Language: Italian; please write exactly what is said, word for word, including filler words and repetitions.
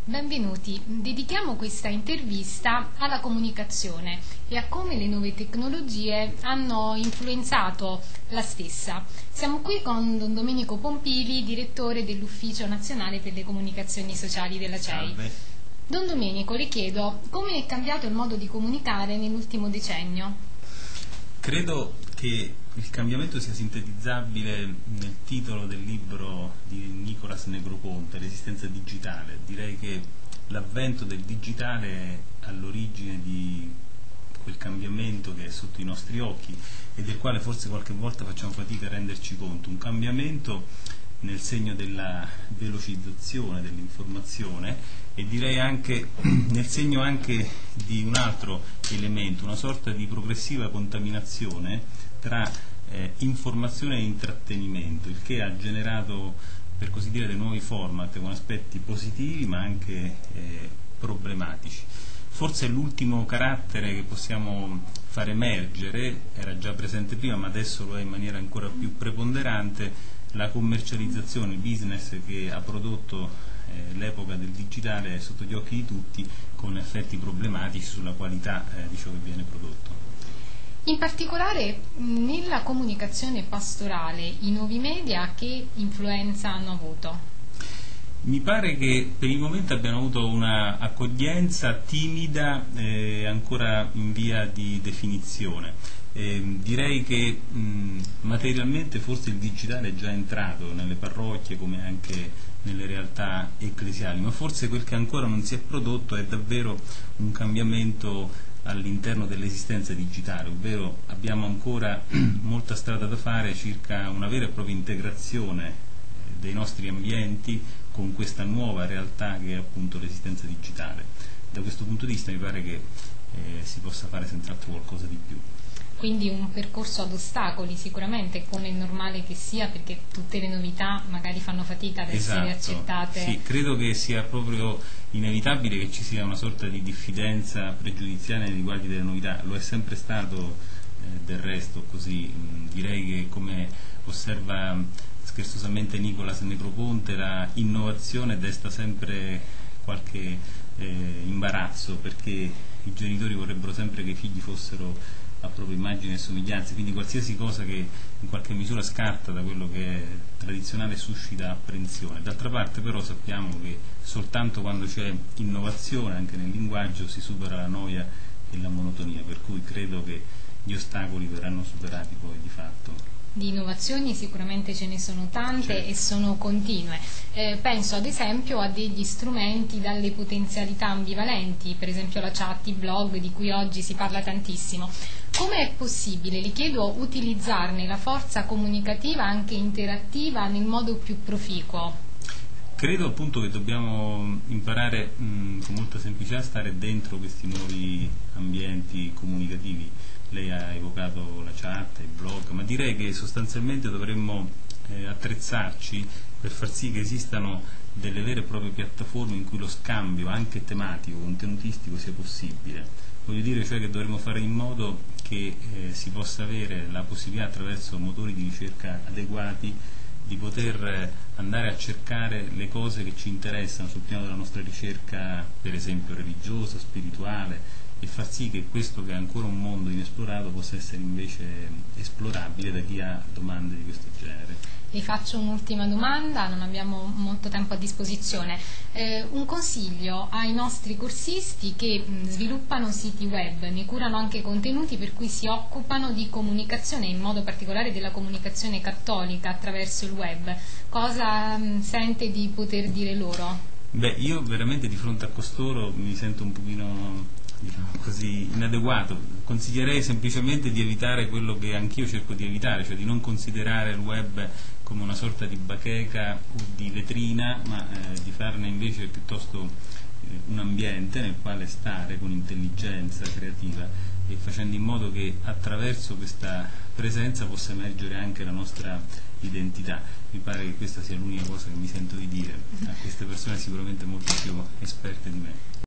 Benvenuti. Dedichiamo questa intervista alla comunicazione e a come le nuove tecnologie hanno influenzato la stessa. Siamo qui con Don Domenico Pompili, direttore dell'Ufficio Nazionale per le Comunicazioni Sociali della C E I. Salve. Don Domenico, le chiedo come è cambiato il modo di comunicare nell'ultimo decennio? Credo che il cambiamento sia sintetizzabile nel titolo del libro di Nicolas Negroponte, L'esistenza digitale. Direi che l'avvento del digitale è all'origine di quel cambiamento che è sotto i nostri occhi e del quale forse qualche volta facciamo fatica a renderci conto. Un cambiamento nel segno della velocizzazione dell'informazione e direi anche nel segno anche di un altro elemento, una sorta di progressiva contaminazione tra eh, informazione e intrattenimento, il che ha generato, per così dire, dei nuovi format con aspetti positivi ma anche eh, problematici. Forse l'ultimo carattere che possiamo far emergere, era già presente prima ma adesso lo è in maniera ancora più preponderante, la commercializzazione, il business che ha prodotto eh, l'epoca del digitale è sotto gli occhi di tutti, con effetti problematici sulla qualità eh, di ciò che viene prodotto. In particolare nella comunicazione pastorale i nuovi media che influenza hanno avuto? Mi pare che per il momento abbiano avuto una accoglienza timida e eh, ancora in via di definizione. Eh, direi che mh, materialmente forse il digitale è già entrato nelle parrocchie come anche nelle realtà ecclesiali, ma forse quel che ancora non si è prodotto è davvero un cambiamento all'interno dell'esistenza digitale, ovvero abbiamo ancora molta strada da fare circa una vera e propria integrazione dei nostri ambienti con questa nuova realtà che è appunto l'esistenza digitale. Da questo punto di vista mi pare che eh, si possa fare senz'altro qualcosa di più. Quindi un percorso ad ostacoli sicuramente, come è normale che sia, perché tutte le novità magari fanno fatica ad essere Esatto. accettate. Sì, credo che sia proprio inevitabile che ci sia una sorta di diffidenza pregiudiziale nei riguardi delle novità, lo è sempre stato eh, del resto così. Mh, direi che, come osserva scherzosamente Nicolas Negroponte, la innovazione desta sempre qualche eh, imbarazzo, perché i genitori vorrebbero sempre che i figli fossero a propria immagine e somiglianza, quindi qualsiasi cosa che in qualche misura scatta da quello che è tradizionale suscita apprensione. D'altra parte però sappiamo che soltanto quando c'è innovazione anche nel linguaggio si supera la noia e la monotonia, per cui credo che gli ostacoli verranno superati poi di fatto. Di innovazioni sicuramente ce ne sono tante, certo, e sono continue. Eh, penso ad esempio a degli strumenti dalle potenzialità ambivalenti, per esempio la chat, i blog di cui oggi si parla tantissimo. Come è possibile, le chiedo, utilizzarne la forza comunicativa anche interattiva nel modo più proficuo? Credo appunto che dobbiamo imparare mh, con molta semplicità a stare dentro questi nuovi ambienti comunicativi. Lei ha evocato la chat, i blog, ma direi che sostanzialmente dovremmo eh, attrezzarci per far sì che esistano delle vere e proprie piattaforme in cui lo scambio anche tematico, contenutistico sia possibile. Voglio dire cioè che dovremmo fare in modo che eh, si possa avere la possibilità, attraverso motori di ricerca adeguati, di poter eh, andare a cercare le cose che ci interessano sul piano della nostra ricerca, per esempio religiosa, spirituale, e far sì che questo, che è ancora un mondo inesplorato, possa essere invece esplorabile da chi ha domande di questo genere. Vi faccio un'ultima domanda, non abbiamo molto tempo a disposizione. Eh, un consiglio ai nostri corsisti che mh, sviluppano siti web, ne curano anche contenuti per cui si occupano di comunicazione, in modo particolare della comunicazione cattolica attraverso il web. Cosa mh, sente di poter dire loro? Beh, io veramente di fronte a costoro mi sento un pochino, diciamo così, inadeguato. Consiglierei semplicemente di evitare quello che anch'io cerco di evitare, cioè di non considerare il web come una sorta di bacheca o di vetrina, ma eh, di farne invece piuttosto eh, un ambiente nel quale stare con intelligenza creativa e facendo in modo che attraverso questa presenza possa emergere anche la nostra identità. Mi pare che questa sia l'unica cosa che mi sento di dire a queste persone sicuramente molto più esperte di me.